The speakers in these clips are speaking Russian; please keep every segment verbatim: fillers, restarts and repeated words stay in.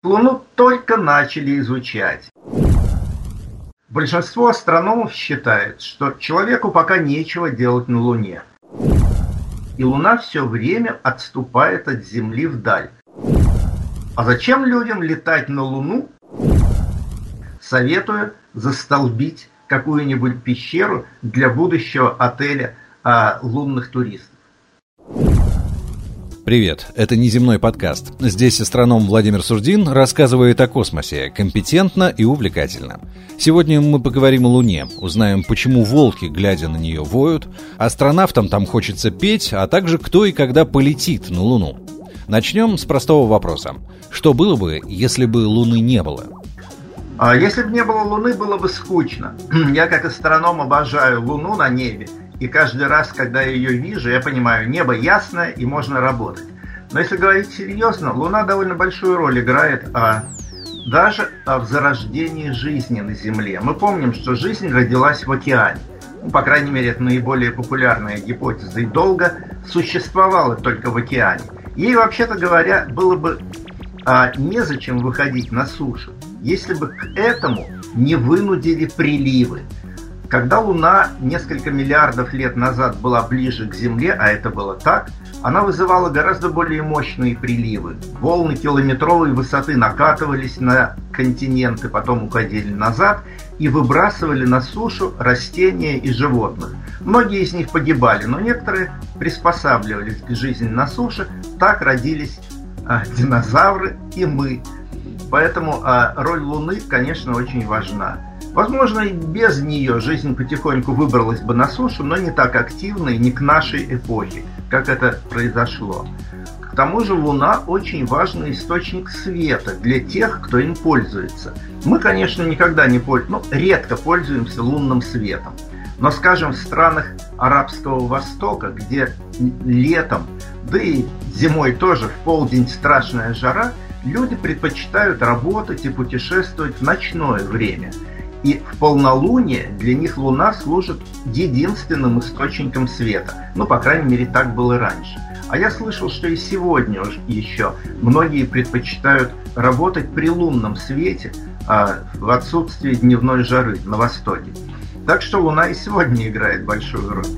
Луну только начали изучать. Большинство астрономов считает, что человеку пока нечего делать на Луне. И Луна все время отступает от Земли вдаль. А зачем людям летать на Луну? Советую застолбить какую-нибудь пещеру для будущего отеля а, лунных туристов. Привет, это «Неземной подкаст». Здесь астроном Владимир Сурдин рассказывает о космосе компетентно и увлекательно. Сегодня мы поговорим о Луне, узнаем, почему волки, глядя на нее, воют, астронавтам там хочется петь, а также кто и когда полетит на Луну. Начнем с простого вопроса. Что было бы, если бы Луны не было? А если бы не было Луны, было бы скучно. Я как астроном обожаю Луну на небе. И каждый раз, когда я ее вижу, я понимаю, небо ясное и можно работать. Но если говорить серьезно, Луна довольно большую роль играет а, даже а, в зарождении жизни на Земле. Мы помним, что жизнь родилась в океане. Ну, по крайней мере, это наиболее популярная гипотеза. И долго существовала только в океане. Ей, вообще-то говоря, было бы а, незачем выходить на сушу, если бы к этому не вынудили приливы. Когда Луна несколько миллиардов лет назад была ближе к Земле, а это было так, она вызывала гораздо более мощные приливы. Волны километровой высоты накатывались на континенты, потом уходили назад и выбрасывали на сушу растения и животных. Многие из них погибали, но некоторые приспосабливались к жизни на суше. Так родились а, динозавры и мы. Поэтому а, роль Луны, конечно, очень важна. Возможно, и без нее жизнь потихоньку выбралась бы на сушу, но не так активно и не к нашей эпохе, как это произошло. К тому же Луна очень важный источник света для тех, кто им пользуется. Мы, конечно, никогда не пользуемся, ну, редко пользуемся лунным светом. Но, скажем, в странах Арабского Востока, где летом, да и зимой тоже в полдень страшная жара, люди предпочитают работать и путешествовать в ночное время. И в полнолуние для них Луна служит единственным источником света. Ну, по крайней мере, так было раньше. А я слышал, что и сегодня еще многие предпочитают работать при лунном свете а, в отсутствии дневной жары на Востоке. Так что Луна и сегодня играет большую роль.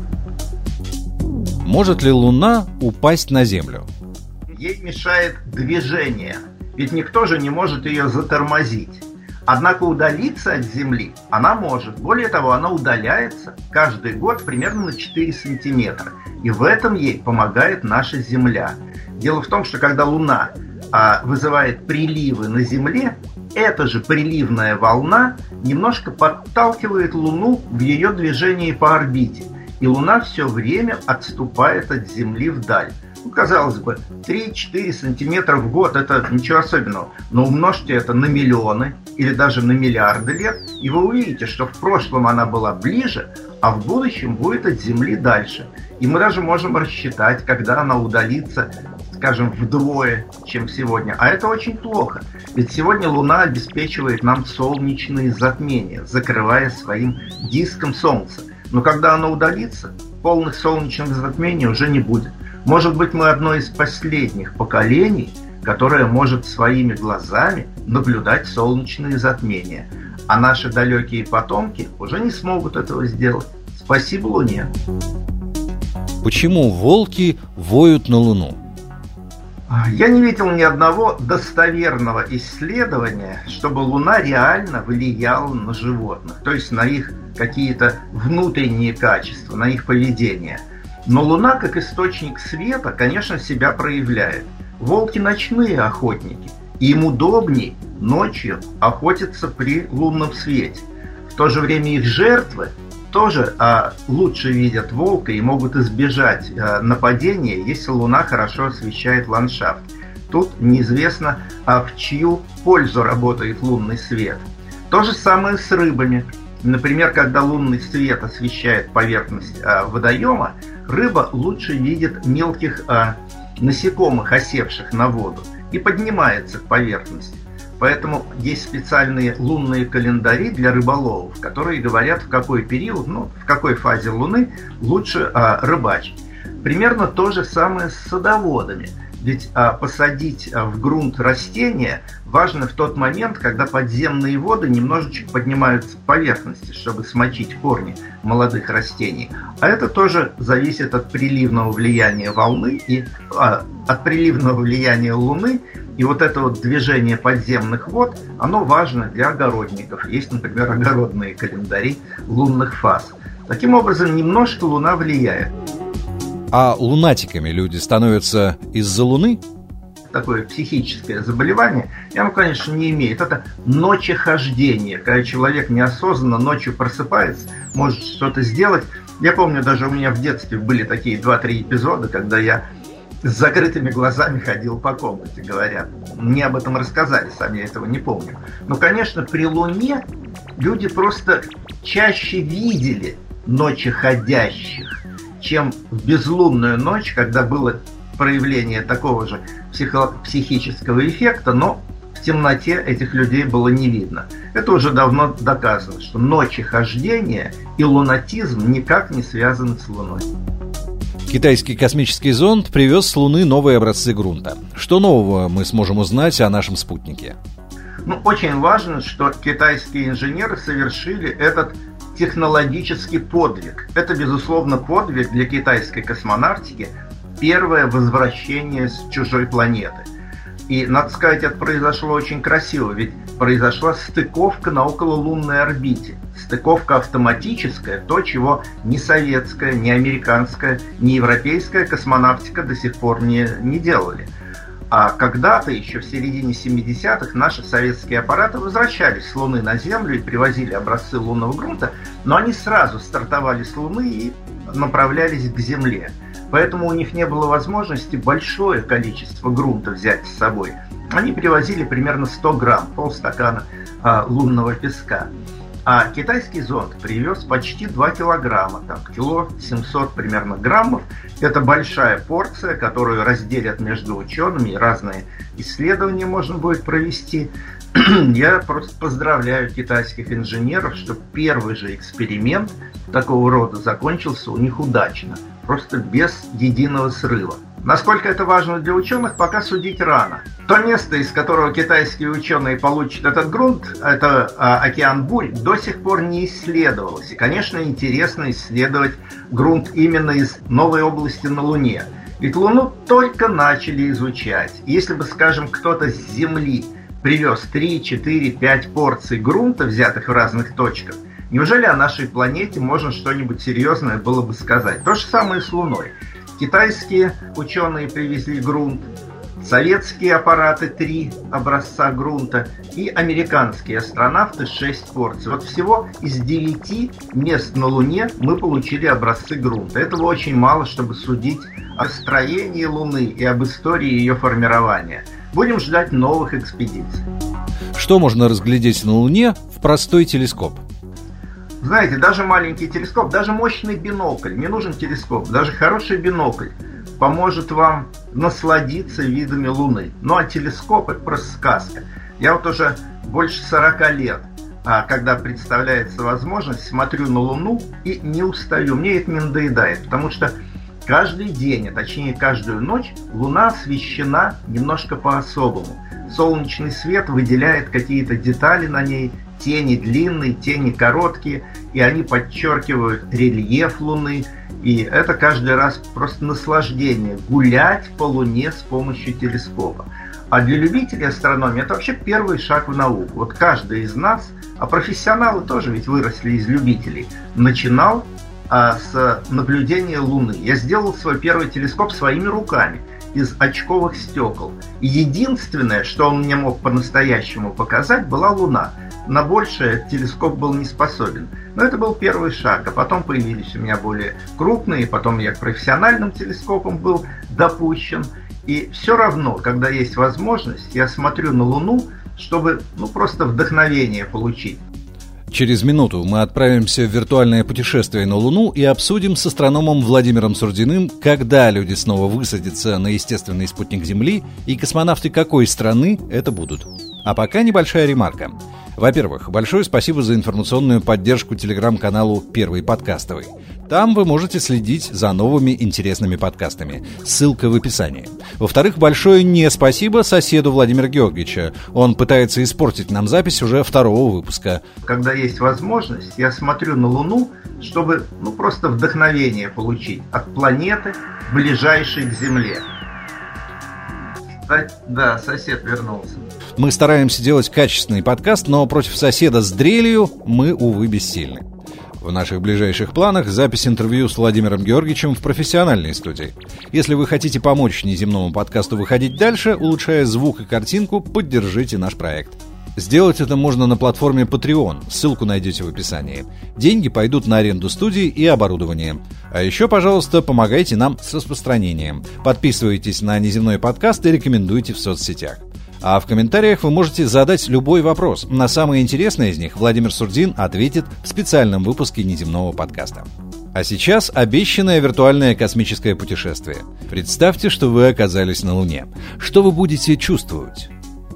Может ли Луна упасть на Землю? Ей мешает движение, ведь никто же не может ее затормозить. Однако удалиться от Земли она может. Более того, она удаляется каждый год примерно на четыре сантиметра. И в этом ей помогает наша Земля. Дело в том, что когда Луна а, вызывает приливы на Земле, эта же приливная волна немножко подталкивает Луну в ее движении по орбите. И Луна все время отступает от Земли вдаль. Ну, казалось бы, три-четыре сантиметра в год – это ничего особенного. Но умножьте это на миллионы или даже на миллиарды лет, и вы увидите, что в прошлом она была ближе, а в будущем будет от Земли дальше. И мы даже можем рассчитать, когда она удалится, скажем, вдвое, чем сегодня. А это очень плохо, ведь сегодня Луна обеспечивает нам солнечные затмения, закрывая своим диском Солнце. Но когда она удалится, полных солнечных затмений уже не будет. Может быть, мы одно из последних поколений, которое может своими глазами наблюдать солнечные затмения. А наши далекие потомки уже не смогут этого сделать. Спасибо Луне. Почему волки воют на Луну? Я не видел ни одного достоверного исследования, чтобы Луна реально влияла на животных, то есть на их какие-то внутренние качества, на их поведение. Но Луна, как источник света, конечно, себя проявляет. Волки ночные охотники, и им удобней ночью охотиться при лунном свете. В то же время их жертвы тоже а, лучше видят волка и могут избежать а, нападения, если Луна хорошо освещает ландшафт. Тут неизвестно, а в чью пользу работает лунный свет. То же самое с рыбами. Например, когда лунный свет освещает поверхность а, водоема, рыба лучше видит мелких а, насекомых, осевших на воду, и поднимается к поверхности. Поэтому есть специальные лунные календари для рыболовов, которые говорят, в какой период, ну, в какой фазе Луны лучше а, рыбачить. Примерно то же самое с садоводами. Ведь а, посадить а, в грунт растения важно в тот момент, когда подземные воды немножечко поднимаются к поверхности, чтобы смочить корни молодых растений. А это тоже зависит от приливного влияния волны и а, от приливного влияния Луны. И вот это вот движение подземных вод, оно важно для огородников. Есть, например, огородные календари лунных фаз. Таким образом, немножко Луна влияет. А лунатиками люди становятся из-за Луны? Такое психическое заболевание, оно, конечно, не имеет. Это ночехождение, когда человек неосознанно ночью просыпается, может что-то сделать. Я помню, даже у меня в детстве были такие два-три эпизода, когда я с закрытыми глазами ходил по комнате, говорят. Мне об этом рассказали, сам я этого не помню. Но, конечно, при Луне люди просто чаще видели ночеходящих, чем в безлунную ночь, когда было проявление такого же психо- психического эффекта, но в темноте этих людей было не видно. Это уже давно доказано, что ночехождение и лунатизм никак не связаны с Луной. Китайский космический зонд привез с Луны новые образцы грунта. Что нового мы сможем узнать о нашем спутнике? Ну, очень важно, что китайские инженеры совершили этот технологический подвиг. Это, безусловно, подвиг для китайской космонавтики. Первое возвращение с чужой планеты. И, надо сказать, это произошло очень красиво, ведь произошла стыковка на окололунной орбите. Стыковка автоматическая, то, чего ни советская, ни американская, ни европейская космонавтика до сих пор не, не делали. А когда-то, еще в середине семидесятых, наши советские аппараты возвращались с Луны на Землю и привозили образцы лунного грунта, но они сразу стартовали с Луны и направлялись к Земле. Поэтому у них не было возможности большое количество грунта взять с собой. Они привозили примерно сто грамм, полстакана а, лунного песка. А китайский зонд привез почти два килограмма, там, кило семьсот примерно граммов. Это большая порция, которую разделят между учеными, и разные исследования можно будет провести. Я просто поздравляю китайских инженеров, что первый же эксперимент такого рода закончился у них удачно, просто без единого срыва. Насколько это важно для ученых, пока судить рано. То место, из которого китайские ученые получат этот грунт, это а, океан Бурь, до сих пор не исследовалось. И, конечно, интересно исследовать грунт именно из новой области на Луне. Ведь Луну только начали изучать. Если бы, скажем, кто-то с Земли привез три, четыре, пять порций грунта, взятых в разных точках, неужели о нашей планете можно что-нибудь серьезное было бы сказать? То же самое с Луной. Китайские ученые привезли грунт, советские аппараты три образца грунта и американские астронавты шесть порций. Вот всего из девяти мест на Луне мы получили образцы грунта. Этого очень мало, чтобы судить о строении Луны и об истории ее формирования. Будем ждать новых экспедиций. Что можно разглядеть на Луне в простой телескоп? Знаете, даже маленький телескоп, даже мощный бинокль, не нужен телескоп, даже хороший бинокль поможет вам насладиться видами Луны. Ну а телескоп — это просто сказка. Я вот уже больше сорока лет, а когда представляется возможность, смотрю на Луну и не устаю. Мне это не надоедает, потому что каждый день, а точнее каждую ночь, Луна освещена немножко по-особому. Солнечный свет выделяет какие-то детали на ней, тени длинные, тени короткие, и они подчеркивают рельеф Луны. И это каждый раз просто наслаждение — гулять по Луне с помощью телескопа. А для любителей астрономии это вообще первый шаг в науку. Вот каждый из нас, а профессионалы тоже ведь выросли из любителей, начинал а, с наблюдения Луны. Я сделал свой первый телескоп своими руками, из очковых стекол. И единственное, что он мне мог по-настоящему показать, была Луна. На большее телескоп был не способен. Но это был первый шаг. А потом появились у меня более крупные. Потом я к профессиональным телескопам был допущен. И все равно, когда есть возможность, я смотрю на Луну, чтобы ну, просто вдохновение получить. Через минуту мы отправимся в виртуальное путешествие на Луну и обсудим с астрономом Владимиром Сурдиным, когда люди снова высадятся на естественный спутник Земли и космонавты какой страны это будут. А пока небольшая ремарка. Во-первых, большое спасибо за информационную поддержку телеграм-каналу «Первый подкастовый». Там вы можете следить за новыми интересными подкастами. Ссылка в описании. Во-вторых, большое не спасибо соседу Владимира Георгиевича. Он пытается испортить нам запись уже второго выпуска. Когда есть возможность, я смотрю на Луну, чтобы ну, просто вдохновение получить от планеты, ближайшей к Земле. Да, сосед вернулся. Мы стараемся делать качественный подкаст, но против соседа с дрелью мы, увы, бессильны. В наших ближайших планах запись интервью с Владимиром Георгиевичем в профессиональной студии. Если вы хотите помочь неземному подкасту выходить дальше, улучшая звук и картинку, поддержите наш проект. Сделать это можно на платформе Patreon, ссылку найдете в описании. Деньги пойдут на аренду студии и оборудование. А еще, пожалуйста, помогайте нам с распространением. Подписывайтесь на Неземной подкаст и рекомендуйте в соцсетях. А в комментариях вы можете задать любой вопрос. На самые интересные из них Владимир Сурдин ответит в специальном выпуске Неземного подкаста. А сейчас обещанное виртуальное космическое путешествие. Представьте, что вы оказались на Луне. Что вы будете чувствовать?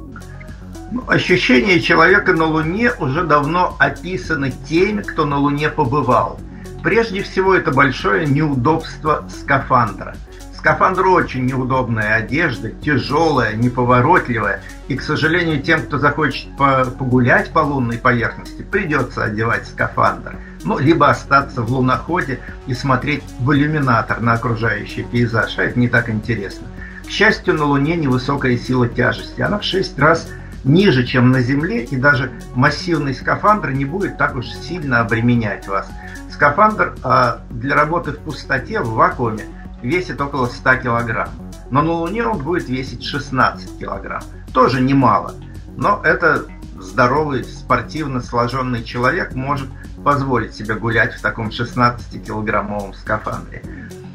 Ощущения человека на Луне уже давно описаны теми, кто на Луне побывал. Прежде всего, это большое неудобство скафандра. Скафандр очень неудобная одежда, тяжелая, неповоротливая. И, к сожалению, тем, кто захочет погулять по лунной поверхности, придется одевать скафандр. Ну, либо остаться в луноходе и смотреть в иллюминатор на окружающий пейзаж. А это не так интересно. К счастью, на Луне невысокая сила тяжести. Она в шесть раз ниже, чем на Земле, и даже массивный скафандр не будет так уж сильно обременять вас. Скафандр э, для работы в пустоте, в вакууме, весит около ста килограмм. Но на Луне он будет весить шестнадцать килограмм. Тоже немало. Но это здоровый, спортивно сложенный человек может позволить себе гулять в таком шестнадцатикилограммовом скафандре.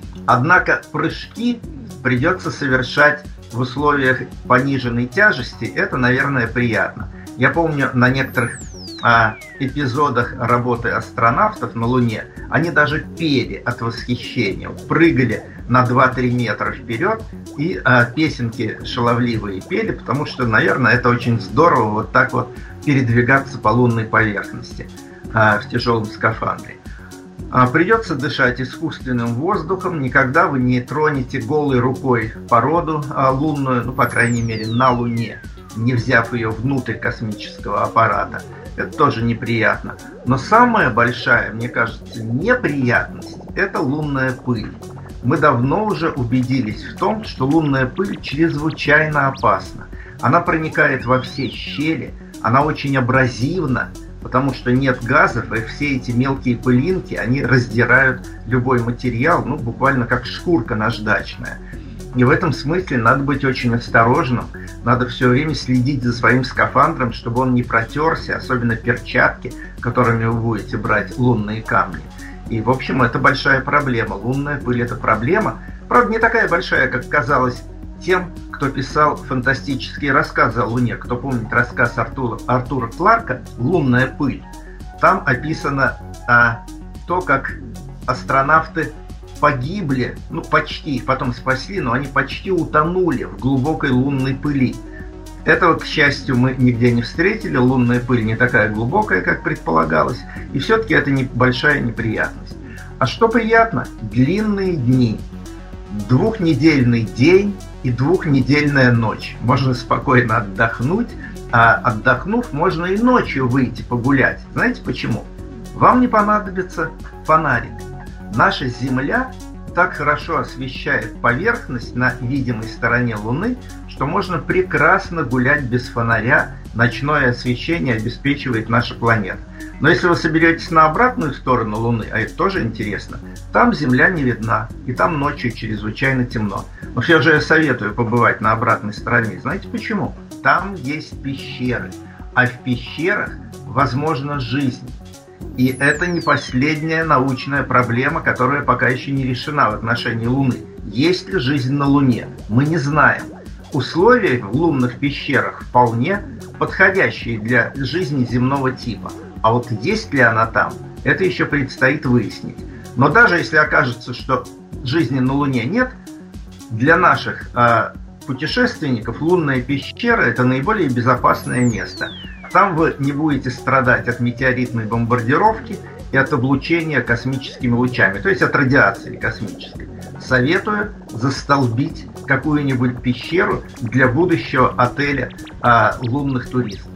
Однако прыжки придется совершать в условиях пониженной тяжести. Это, наверное, приятно. Я помню, на некоторых а, эпизодах работы астронавтов на Луне они даже пели от восхищения, прыгали на два-три метра вперед и а, песенки шаловливые пели, потому что, наверное, это очень здорово вот так вот передвигаться по лунной поверхности а, в тяжелом скафандре. А, придется дышать искусственным воздухом, никогда вы не тронете голой рукой породу а, лунную, ну, по крайней мере, на Луне, не взяв ее внутрь космического аппарата. Это тоже неприятно. Но самая большая, мне кажется, неприятность – это лунная пыль. Мы давно уже убедились в том, что лунная пыль чрезвычайно опасна. Она проникает во все щели, она очень абразивна, потому что нет газов, и все эти мелкие пылинки, они раздирают любой материал, ну, буквально как шкурка наждачная. И в этом смысле надо быть очень осторожным, надо все время следить за своим скафандром, чтобы он не протерся, особенно перчатки, которыми вы будете брать лунные камни. И, в общем, это большая проблема. Лунная пыль – это проблема. Правда, не такая большая, как казалось тем, кто писал фантастические рассказы о Луне. Кто помнит рассказ Артура, Артура Кларка «Лунная пыль», там описано а, то, как астронавты погибли, ну почти, потом спасли, но они почти утонули в глубокой лунной пыли. Этого, к счастью, мы нигде не встретили. Лунная пыль не такая глубокая, как предполагалось, и все-таки это небольшая неприятность. А что приятно? Длинные дни. Двухнедельный день и двухнедельная ночь. Можно спокойно отдохнуть, а отдохнув, можно и ночью выйти погулять. Знаете почему? Вам не понадобится фонарик. Наша Земля так хорошо освещает поверхность на видимой стороне Луны, что можно прекрасно гулять без фонаря. Ночное освещение обеспечивает наша планета. Но если вы соберетесь на обратную сторону Луны, а это тоже интересно, там Земля не видна, и там ночью чрезвычайно темно. Но все же я советую побывать на обратной стороне. Знаете почему? Там есть пещеры, а в пещерах возможна жизнь. И это не последняя научная проблема, которая пока еще не решена в отношении Луны. Есть ли жизнь на Луне? Мы не знаем. Условия в лунных пещерах вполне подходящие для жизни земного типа. А вот есть ли она там, это еще предстоит выяснить. Но даже если окажется, что жизни на Луне нет, для наших э, путешественников лунная пещера – это наиболее безопасное место. Там вы не будете страдать от метеоритной бомбардировки и от облучения космическими лучами, то есть от радиации космической. Советую застолбить какую-нибудь пещеру для будущего отеля а, лунных туристов.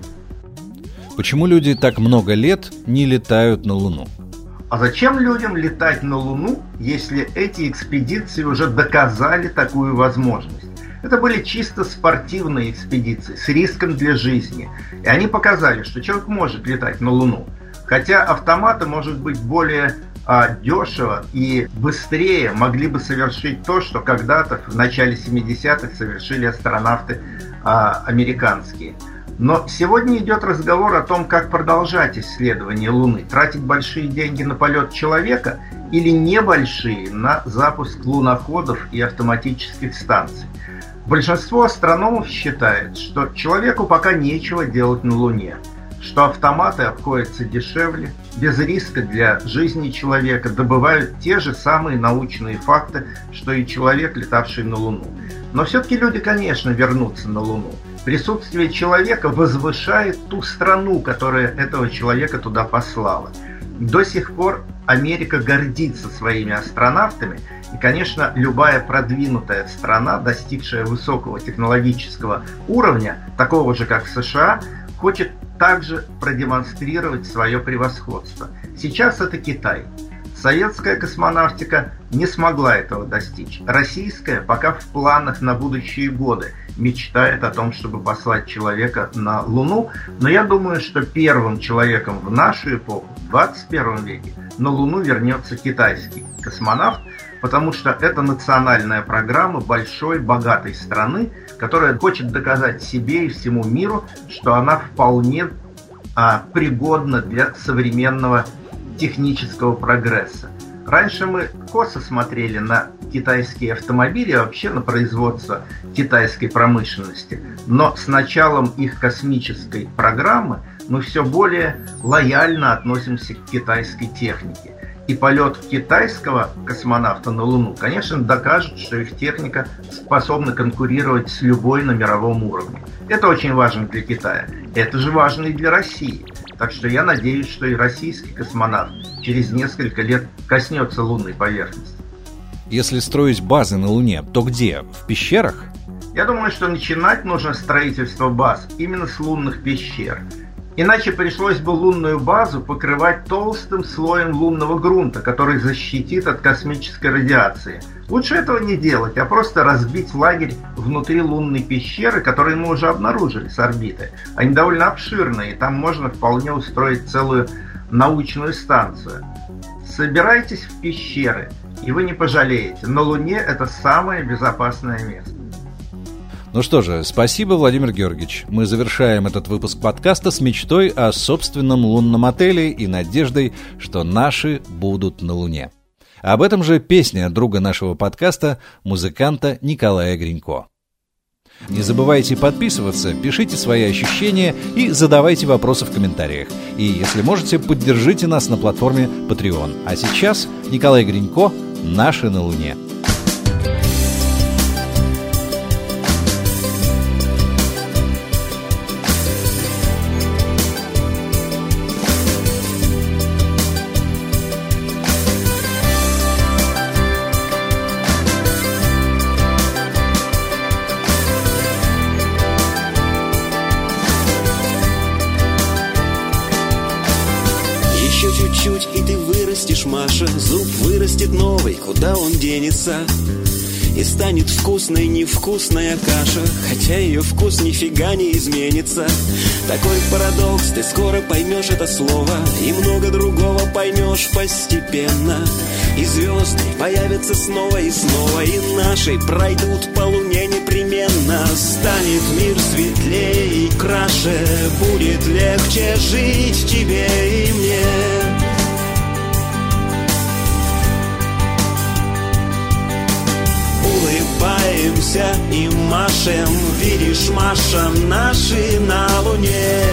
Почему люди так много лет не летают на Луну? А зачем людям летать на Луну, если эти экспедиции уже доказали такую возможность? Это были чисто спортивные экспедиции с риском для жизни. И они показали, что человек может летать на Луну. Хотя автоматы, может быть, более а, дешево и быстрее могли бы совершить то, что когда-то в начале семидесятых совершили астронавты а, американские. Но сегодня идет разговор о том, как продолжать исследование Луны. Тратить большие деньги на полет человека или небольшие на запуск луноходов и автоматических станций. Большинство астрономов считает, что человеку пока нечего делать на Луне, что автоматы обходятся дешевле, без риска для жизни человека, добывают те же самые научные факты, что и человек, летавший на Луну. Но все-таки люди, конечно, вернутся на Луну. Присутствие человека возвышает ту страну, которая этого человека туда послала. До сих пор Америка гордится своими астронавтами, и, конечно, любая продвинутая страна, достигшая высокого технологического уровня, такого же, как США, хочет также продемонстрировать свое превосходство. Сейчас это Китай. Советская космонавтика не смогла этого достичь. Российская пока в планах на будущие годы мечтает о том, чтобы послать человека на Луну. Но я думаю, что первым человеком в нашу эпоху, в двадцать первом веке, на Луну вернется китайский космонавт, потому что это национальная программа большой, богатой страны, которая хочет доказать себе и всему миру, что она вполне а, пригодна для современного технического прогресса. Раньше мы косо смотрели на китайские автомобили, а вообще на производство китайской промышленности. Но с началом их космической программы мы все более лояльно относимся к китайской технике. И полет китайского космонавта на Луну, конечно, докажет, что их техника способна конкурировать с любой на мировом уровне. Это очень важно для Китая. Это же важно и для России. Так что я надеюсь, что и российский космонавт через несколько лет коснется лунной поверхности. Если строить базы на Луне, то где? В пещерах? Я думаю, что начинать нужно строительство баз именно с лунных пещер. Иначе пришлось бы лунную базу покрывать толстым слоем лунного грунта, который защитит от космической радиации. Лучше этого не делать, а просто разбить лагерь внутри лунной пещеры, которую мы уже обнаружили с орбиты. Они довольно обширные, и там можно вполне устроить целую научную станцию. Собирайтесь в пещеры, и вы не пожалеете. На Луне это самое безопасное место. Ну что же, спасибо, Владимир Георгиевич. Мы завершаем этот выпуск подкаста с мечтой о собственном лунном отеле и надеждой, что наши будут на Луне. Об этом же песня друга нашего подкаста, музыканта Николая Гринько. Не забывайте подписываться, пишите свои ощущения и задавайте вопросы в комментариях. И, если можете, поддержите нас на платформе Patreon. А сейчас Николай Гринько «Наши на Луне». Чуть-чуть, и ты вырастешь, Маша. Зуб вырастет новый, куда он денется? И станет вкусной невкусная каша, хотя ее вкус нифига не изменится. Такой парадокс, ты скоро поймешь это слово, и много другого поймешь постепенно. И звезды появятся снова и снова, и наши пройдут по луне непременно. Станет мир светлее и краше, будет легче жить тебе и мне. Улыбаемся и машем, видишь, Маша, наши на Луне.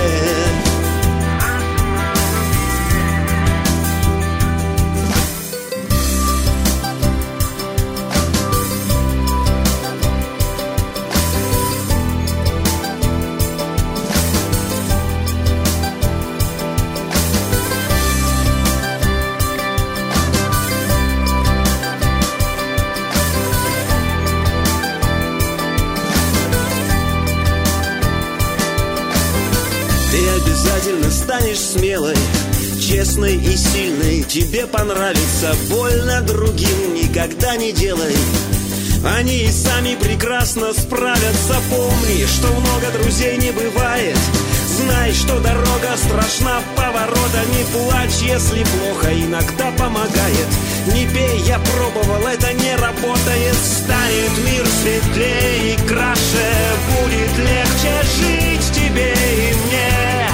обязательно станешь смелой, честной и сильной. Тебе понравится, больно другим никогда не делай. Они и сами прекрасно справятся. Помни, что много друзей не бывает. Знай, что дорога страшна поворота. Не плачь, если плохо, иногда помогает. Не пей, я пробовал, это не работает. Станет мир светлее и краше. Будет легче жить тебе и мне.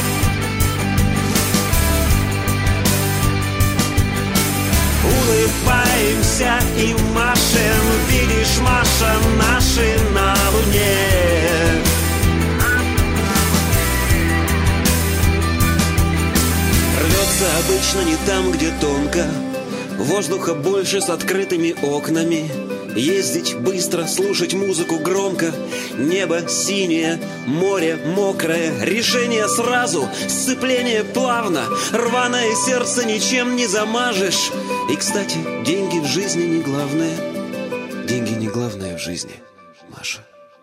Улыбаемся и машем. Видишь, Маша, наши на луне. Рвется обычно не там, где тонко. Воздуха больше с открытыми окнами. Ездить быстро, слушать музыку громко. Небо синее, море мокрое. Решение сразу, сцепление плавно. Рваное сердце ничем не замажешь. И, кстати, деньги в жизни не главное. Деньги не главное в жизни, Маша.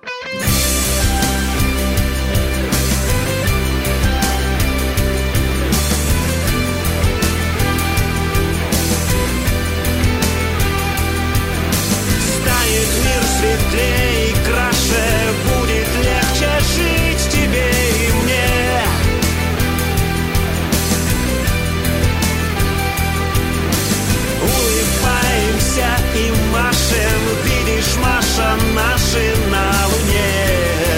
Светлее и краше, будет легче жить тебе и мне. Улыбаемся и машем. Видишь, Маша, наши на луне.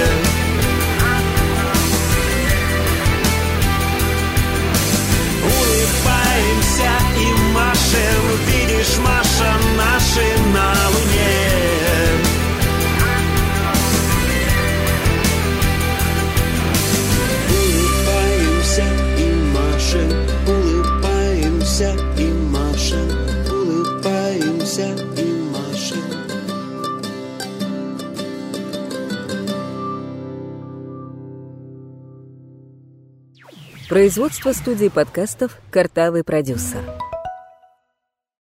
Улыбаемся и машем. Видишь, Маша, наши на луне. Улыбаемся и машем, улыбаемся и машем. Производство студии подкастов «Картавый продюсер».